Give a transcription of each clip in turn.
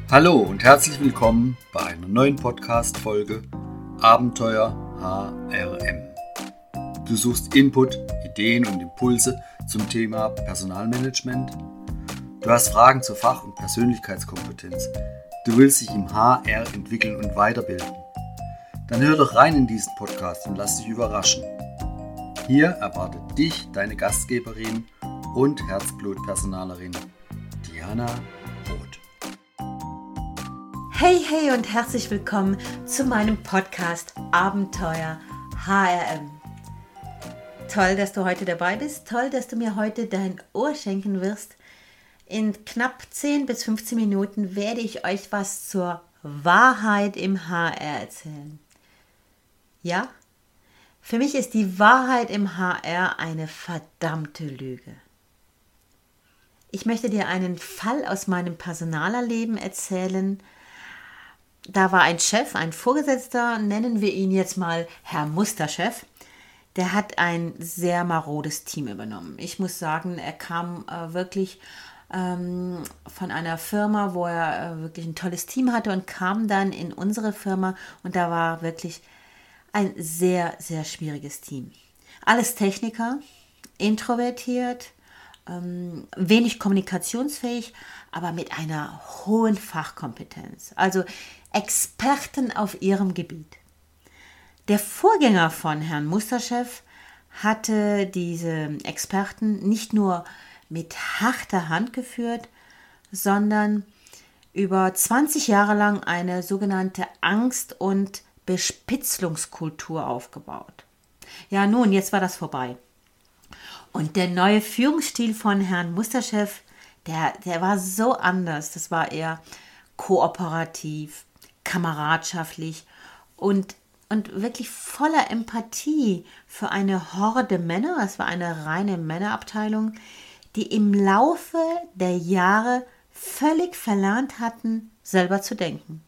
Hallo und herzlich willkommen bei einer neuen Podcast-Folge Abenteuer HRM. Du suchst Input, Ideen und Impulse zum Thema Personalmanagement. Du hast Fragen zur Fach- und Persönlichkeitskompetenz. Du willst dich im HR entwickeln und weiterbilden. Dann hör doch rein in diesen Podcast und lass dich überraschen. Hier erwartet dich deine Gastgeberin und Herzblutpersonalerin Diana Roth. Hey und herzlich willkommen zu meinem Podcast Abenteuer HRM. Toll, dass du heute dabei bist. Toll, dass du mir heute dein Ohr schenken wirst. In knapp 10 bis 15 Minuten werde ich euch was zur Wahrheit im HR erzählen. Ja, für mich ist die Wahrheit im HR eine verdammte Lüge. Ich möchte dir einen Fall aus meinem Personalerleben erzählen. Da war ein Chef, ein Vorgesetzter, nennen wir ihn jetzt mal Herr Musterchef. Der hat ein sehr marodes Team übernommen. Ich muss sagen, er kam wirklich von einer Firma, wo er wirklich ein tolles Team hatte und kam dann in unsere Firma und da war wirklich ein sehr, sehr schwieriges Team. Alles Techniker, introvertiert, wenig kommunikationsfähig, aber mit einer hohen Fachkompetenz. Also Experten auf ihrem Gebiet. Der Vorgänger von Herrn Musterchef hatte diese Experten nicht nur mit harter Hand geführt, sondern über 20 Jahre lang eine sogenannte Angst- und Bespitzelungskultur aufgebaut. Ja, nun, jetzt war das vorbei. Und der neue Führungsstil von Herrn Musterchef, der war so anders. Das war eher kooperativ, kameradschaftlich und wirklich voller Empathie für eine Horde Männer. Es war eine reine Männerabteilung, die im Laufe der Jahre völlig verlernt hatten, selber zu denken.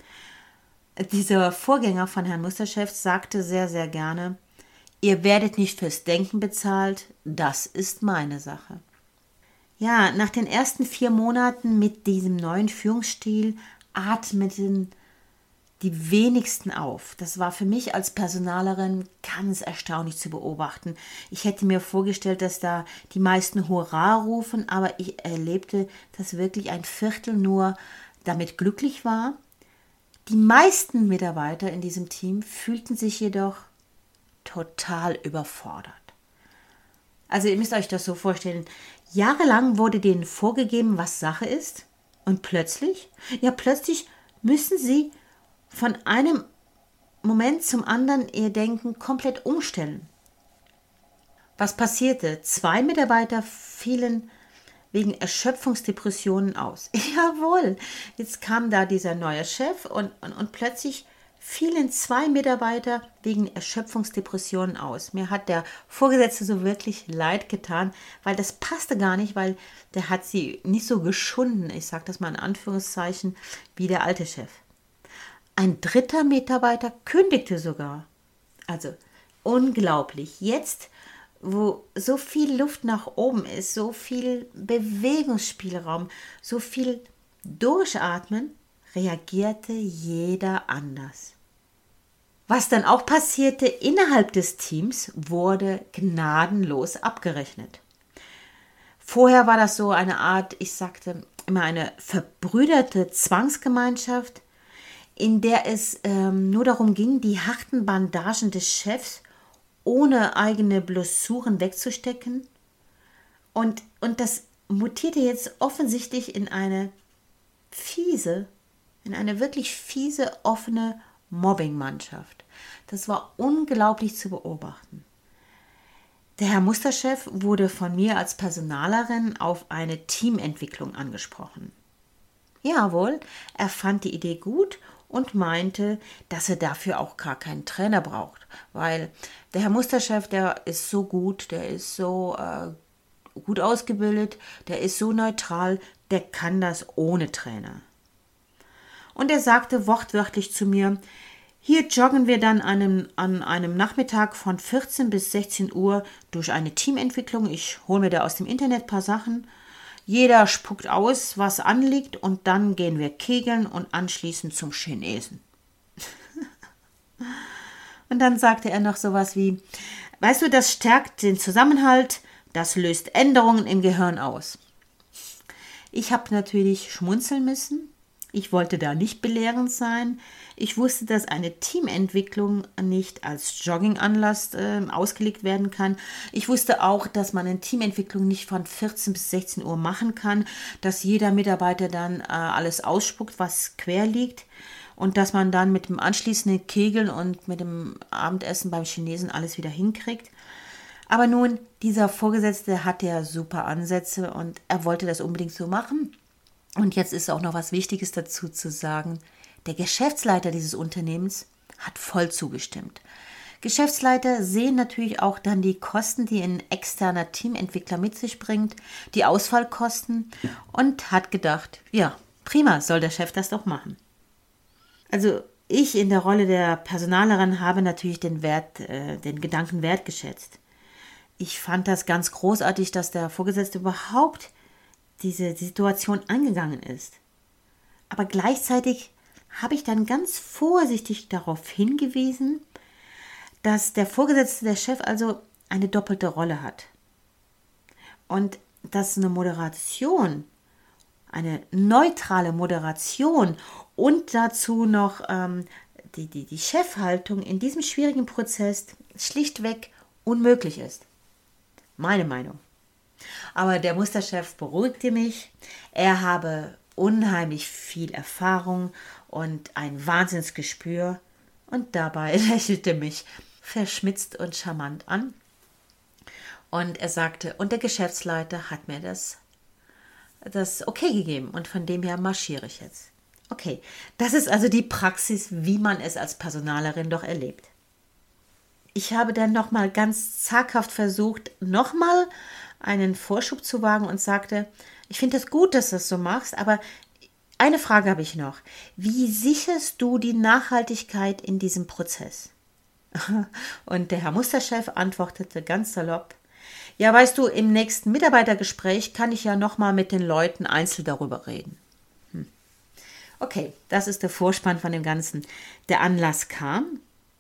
Dieser Vorgänger von Herrn Musterchef sagte sehr, sehr gerne: Ihr werdet nicht fürs Denken bezahlt, das ist meine Sache. Ja, nach den ersten 4 Monaten mit diesem neuen Führungsstil atmeten die wenigsten auf. Das war für mich als Personalerin ganz erstaunlich zu beobachten. Ich hätte mir vorgestellt, dass da die meisten Hurra rufen, aber ich erlebte, dass wirklich ein Viertel nur damit glücklich war. Die meisten Mitarbeiter in diesem Team fühlten sich jedoch total überfordert. Also ihr müsst euch das so vorstellen, jahrelang wurde denen vorgegeben, was Sache ist und plötzlich müssen sie von einem Moment zum anderen ihr Denken komplett umstellen. Was passierte? 2 Mitarbeiter fielen wegen Erschöpfungsdepressionen aus. Jawohl, jetzt kam da dieser neue Chef und plötzlich fielen 2 Mitarbeiter wegen Erschöpfungsdepressionen aus. Mir hat der Vorgesetzte so wirklich leid getan, weil das passte gar nicht, weil der hat sie nicht so geschunden, ich sage das mal in Anführungszeichen, wie der alte Chef. Ein 3. Mitarbeiter kündigte sogar. Also unglaublich. Jetzt, wo so viel Luft nach oben ist, so viel Bewegungsspielraum, so viel Durchatmen, reagierte jeder anders. Was dann auch passierte, innerhalb des Teams wurde gnadenlos abgerechnet. Vorher war das so eine Art, ich sagte immer, eine verbrüderte Zwangsgemeinschaft, in der es nur darum ging, die harten Bandagen des Chefs ohne eigene Blessuren wegzustecken. Und das mutierte jetzt offensichtlich in eine wirklich fiese, offene Mobbingmannschaft. Das war unglaublich zu beobachten. Der Herr Musterchef wurde von mir als Personalerin auf eine Teamentwicklung angesprochen. Jawohl, er fand die Idee gut und meinte, dass er dafür auch gar keinen Trainer braucht, weil der Herr Musterchef, der ist so gut, der ist so gut ausgebildet, der ist so neutral, der kann das ohne Trainer. Und er sagte wortwörtlich zu mir: Hier joggen wir dann an einem Nachmittag von 14 bis 16 Uhr durch eine Teamentwicklung. Ich hole mir da aus dem Internet ein paar Sachen. Jeder spuckt aus, was anliegt und dann gehen wir kegeln und anschließend zum Chinesen. Und dann sagte er noch sowas wie, weißt du, das stärkt den Zusammenhalt, das löst Änderungen im Gehirn aus. Ich habe natürlich schmunzeln müssen. Ich wollte da nicht belehrend sein. Ich wusste, dass eine Teamentwicklung nicht als Jogginganlass ausgelegt werden kann. Ich wusste auch, dass man eine Teamentwicklung nicht von 14 bis 16 Uhr machen kann, dass jeder Mitarbeiter dann alles ausspuckt, was quer liegt und dass man dann mit dem anschließenden Kegeln und mit dem Abendessen beim Chinesen alles wieder hinkriegt. Aber nun, dieser Vorgesetzte hatte ja super Ansätze und er wollte das unbedingt so machen. Und jetzt ist auch noch was Wichtiges dazu zu sagen. Der Geschäftsleiter dieses Unternehmens hat voll zugestimmt. Geschäftsleiter sehen natürlich auch dann die Kosten, die ein externer Teamentwickler mit sich bringt, die Ausfallkosten und hat gedacht, ja, prima, soll der Chef das doch machen. Also ich in der Rolle der Personalerin habe natürlich den Gedanken wertgeschätzt. Ich fand das ganz großartig, dass der Vorgesetzte überhaupt diese Situation angegangen ist. Aber gleichzeitig habe ich dann ganz vorsichtig darauf hingewiesen, dass der Vorgesetzte, der Chef, also eine doppelte Rolle hat. Und dass eine Moderation, eine neutrale Moderation und dazu noch die Chefhaltung in diesem schwierigen Prozess schlichtweg unmöglich ist. Meine Meinung. Aber der Musterchef beruhigte mich. Er habe unheimlich viel Erfahrung und ein Wahnsinnsgespür und dabei lächelte mich verschmitzt und charmant an. Und er sagte, und der Geschäftsleiter hat mir das okay gegeben und von dem her marschiere ich jetzt. Okay, das ist also die Praxis, wie man es als Personalerin doch erlebt. Ich habe dann nochmal ganz zaghaft versucht, nochmal einen Vorschub zu wagen und sagte, ich finde es gut, dass du das so machst, aber eine Frage habe ich noch. Wie sicherst du die Nachhaltigkeit in diesem Prozess? Und der Herr Musterchef antwortete ganz salopp, ja, weißt du, im nächsten Mitarbeitergespräch kann ich ja nochmal mit den Leuten einzeln darüber reden. Okay, das ist der Vorspann von dem Ganzen. Der Anlass kam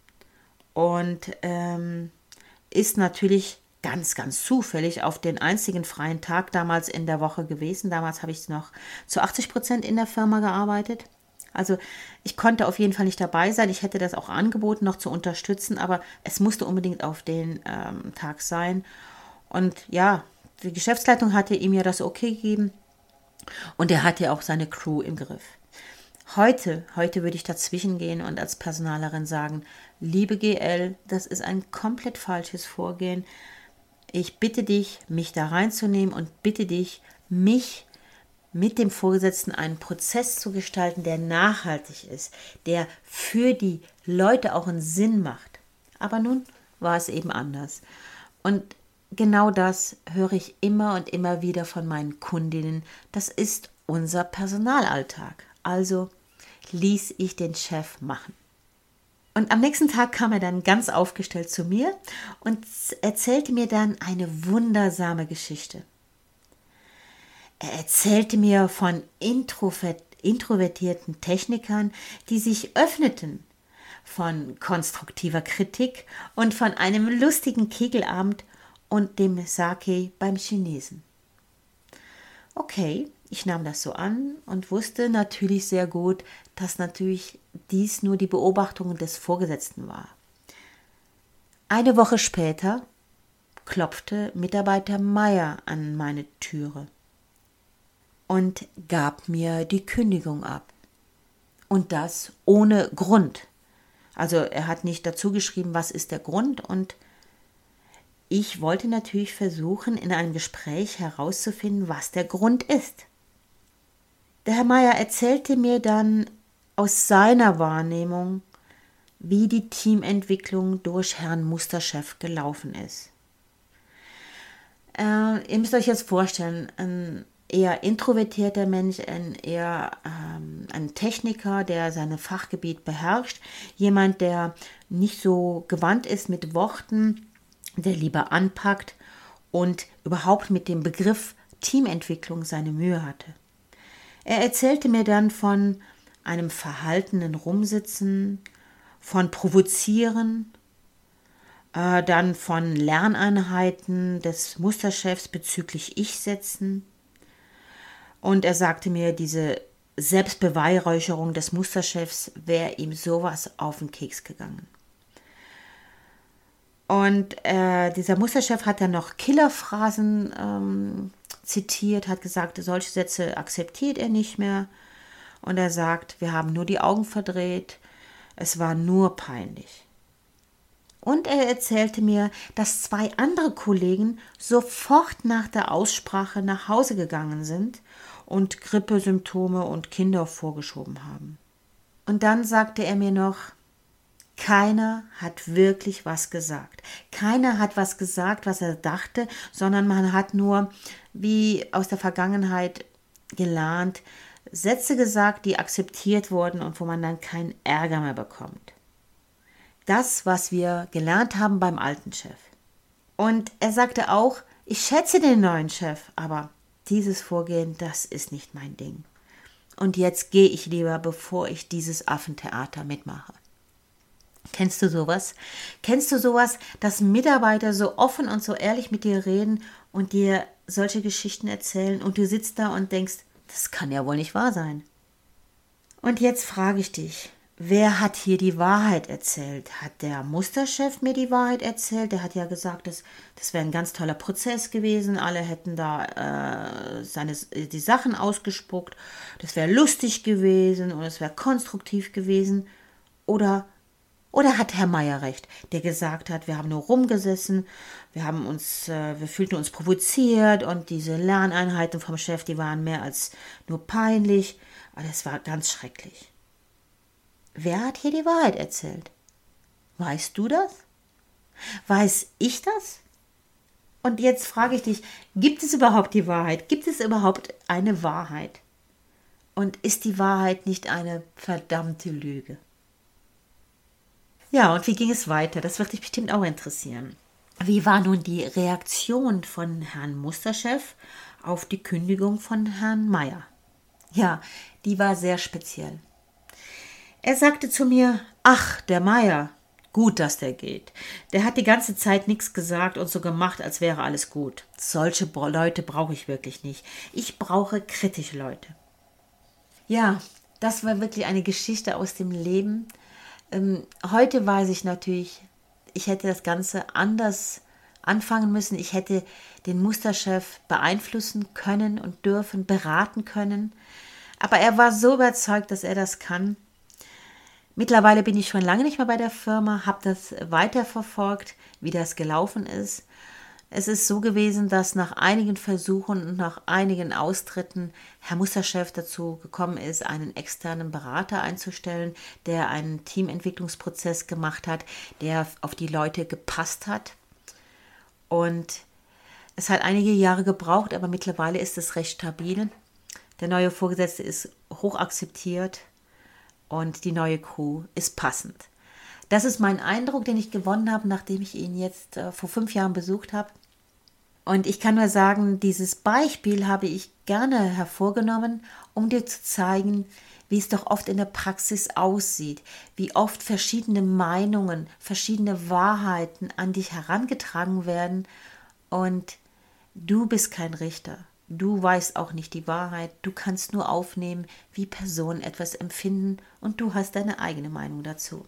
und ist natürlich ganz, ganz zufällig auf den einzigen freien Tag damals in der Woche gewesen. Damals habe ich noch zu 80% in der Firma gearbeitet. Also ich konnte auf jeden Fall nicht dabei sein. Ich hätte das auch angeboten, noch zu unterstützen, aber es musste unbedingt auf den Tag sein. Und ja, die Geschäftsleitung hatte ihm ja das okay gegeben und er hatte auch seine Crew im Griff. Heute würde ich dazwischen gehen und als Personalerin sagen, liebe GL, das ist ein komplett falsches Vorgehen. Ich bitte dich, mich da reinzunehmen und bitte dich, mich mit dem Vorgesetzten einen Prozess zu gestalten, der nachhaltig ist, der für die Leute auch einen Sinn macht. Aber nun war es eben anders. Und genau das höre ich immer und immer wieder von meinen Kundinnen. Das ist unser Personalalltag. Also ließ ich den Chef machen. Und am nächsten Tag kam er dann ganz aufgestellt zu mir und erzählte mir dann eine wundersame Geschichte. Er erzählte mir von introvertierten Technikern, die sich öffneten, von konstruktiver Kritik und von einem lustigen Kegelabend und dem Sake beim Chinesen. Okay, ich nahm das so an und wusste natürlich sehr gut, dass natürlich dies nur die Beobachtung des Vorgesetzten war. Eine Woche später klopfte Mitarbeiter Meier an meine Türe und gab mir die Kündigung ab. Und das ohne Grund. Also er hat nicht dazu geschrieben, was ist der Grund, und ich wollte natürlich versuchen, in einem Gespräch herauszufinden, was der Grund ist. Der Herr Meier erzählte mir dann aus seiner Wahrnehmung, wie die Teamentwicklung durch Herrn Musterchef gelaufen ist. Ihr müsst euch jetzt vorstellen, ein eher introvertierter Mensch, ein Techniker, der sein Fachgebiet beherrscht, jemand, der nicht so gewandt ist mit Worten, der lieber anpackt und überhaupt mit dem Begriff Teamentwicklung seine Mühe hatte. Er erzählte mir dann von einem verhaltenen Rumsitzen, von Provozieren, dann von Lerneinheiten des Musterchefs bezüglich Ich-Setzen. Und er sagte mir, diese Selbstbeweihräucherung des Musterchefs wäre ihm sowas auf den Keks gegangen. Und dieser Musterchef hat dann noch Killerphrasen zitiert, hat gesagt, solche Sätze akzeptiert er nicht mehr. Und er sagt, wir haben nur die Augen verdreht, es war nur peinlich. Und er erzählte mir, dass 2 andere Kollegen sofort nach der Aussprache nach Hause gegangen sind und Grippesymptome und Kinder vorgeschoben haben. Und dann sagte er mir noch, keiner hat wirklich was gesagt. Keiner hat was gesagt, was er dachte, sondern man hat nur, wie aus der Vergangenheit gelernt, Sätze gesagt, die akzeptiert wurden und wo man dann keinen Ärger mehr bekommt. Das, was wir gelernt haben beim alten Chef. Und er sagte auch, ich schätze den neuen Chef, aber dieses Vorgehen, das ist nicht mein Ding. Und jetzt gehe ich lieber, bevor ich dieses Affentheater mitmache. Kennst du sowas? Kennst du sowas, dass Mitarbeiter so offen und so ehrlich mit dir reden und dir solche Geschichten erzählen und du sitzt da und denkst, das kann ja wohl nicht wahr sein. Und jetzt frage ich dich, wer hat hier die Wahrheit erzählt? Hat der Musterchef mir die Wahrheit erzählt? Der hat ja gesagt, das wäre ein ganz toller Prozess gewesen. Alle hätten da die Sachen ausgespuckt. Das wäre lustig gewesen und es wäre konstruktiv gewesen. Oder hat Herr Meier recht, der gesagt hat, wir haben nur rumgesessen, wir fühlten uns provoziert und diese Lerneinheiten vom Chef, die waren mehr als nur peinlich. Aber das war ganz schrecklich. Wer hat hier die Wahrheit erzählt? Weißt du das? Weiß ich das? Und jetzt frage ich dich, gibt es überhaupt die Wahrheit? Gibt es überhaupt eine Wahrheit? Und ist die Wahrheit nicht eine verdammte Lüge? Ja, und wie ging es weiter? Das wird dich bestimmt auch interessieren. Wie war nun die Reaktion von Herrn Musterchef auf die Kündigung von Herrn Meier? Ja, die war sehr speziell. Er sagte zu mir, ach, der Meier, gut, dass der geht. Der hat die ganze Zeit nichts gesagt und so gemacht, als wäre alles gut. Solche Leute brauche ich wirklich nicht. Ich brauche kritische Leute. Ja, das war wirklich eine Geschichte aus dem Leben. Heute weiß ich natürlich, ich hätte das Ganze anders anfangen müssen. Ich hätte den Musterchef beeinflussen können und dürfen, beraten können. Aber er war so überzeugt, dass er das kann. Mittlerweile bin ich schon lange nicht mehr bei der Firma, habe das weiterverfolgt, wie das gelaufen ist. Es ist so gewesen, dass nach einigen Versuchen und nach einigen Austritten Herr Musterchef dazu gekommen ist, einen externen Berater einzustellen, der einen Teamentwicklungsprozess gemacht hat, der auf die Leute gepasst hat. Und es hat einige Jahre gebraucht, aber mittlerweile ist es recht stabil. Der neue Vorgesetzte ist hoch akzeptiert und die neue Crew ist passend. Das ist mein Eindruck, den ich gewonnen habe, nachdem ich ihn jetzt vor 5 Jahren besucht habe. Und ich kann nur sagen, dieses Beispiel habe ich gerne hervorgenommen, um dir zu zeigen, wie es doch oft in der Praxis aussieht, wie oft verschiedene Meinungen, verschiedene Wahrheiten an dich herangetragen werden und du bist kein Richter. Du weißt auch nicht die Wahrheit, du kannst nur aufnehmen, wie Personen etwas empfinden und du hast deine eigene Meinung dazu.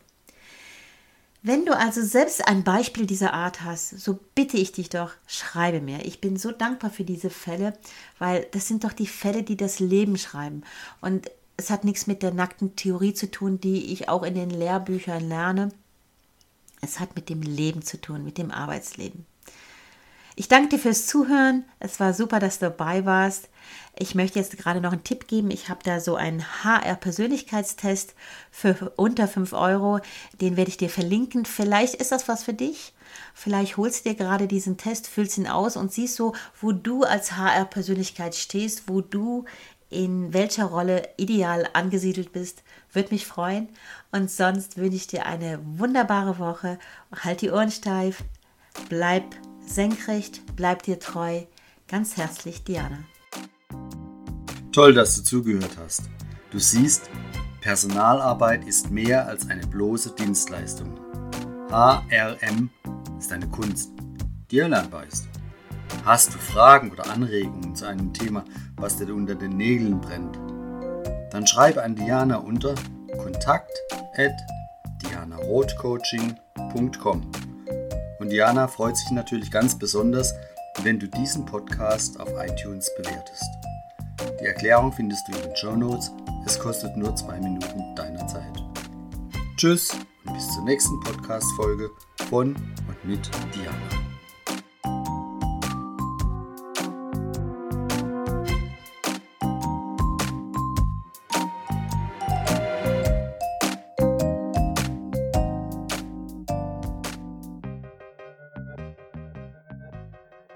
Wenn du also selbst ein Beispiel dieser Art hast, so bitte ich dich doch, schreibe mir. Ich bin so dankbar für diese Fälle, weil das sind doch die Fälle, die das Leben schreiben. Und es hat nichts mit der nackten Theorie zu tun, die ich auch in den Lehrbüchern lerne. Es hat mit dem Leben zu tun, mit dem Arbeitsleben. Ich danke dir fürs Zuhören. Es war super, dass du dabei warst. Ich möchte jetzt gerade noch einen Tipp geben. Ich habe da so einen HR-Persönlichkeitstest für unter 5 Euro. Den werde ich dir verlinken. Vielleicht ist das was für dich. Vielleicht holst du dir gerade diesen Test, füllst ihn aus und siehst so, wo du als HR-Persönlichkeit stehst, wo du in welcher Rolle ideal angesiedelt bist. Würde mich freuen. Und sonst wünsche ich dir eine wunderbare Woche. Halt die Ohren steif. Bleib senkrecht, bleib dir treu. Ganz herzlich, Diana. Toll, dass du zugehört hast. Du siehst, Personalarbeit ist mehr als eine bloße Dienstleistung. HRM ist eine Kunst, die erlernbar ist. Hast du Fragen oder Anregungen zu einem Thema, was dir unter den Nägeln brennt? Dann schreibe an Diana unter kontakt@dianarothcoaching.com. Und Diana freut sich natürlich ganz besonders, wenn du diesen Podcast auf iTunes bewertest. Die Erklärung findest du in den Shownotes. Es kostet nur 2 Minuten deiner Zeit. Tschüss und bis zur nächsten Podcast-Folge von und mit Diana.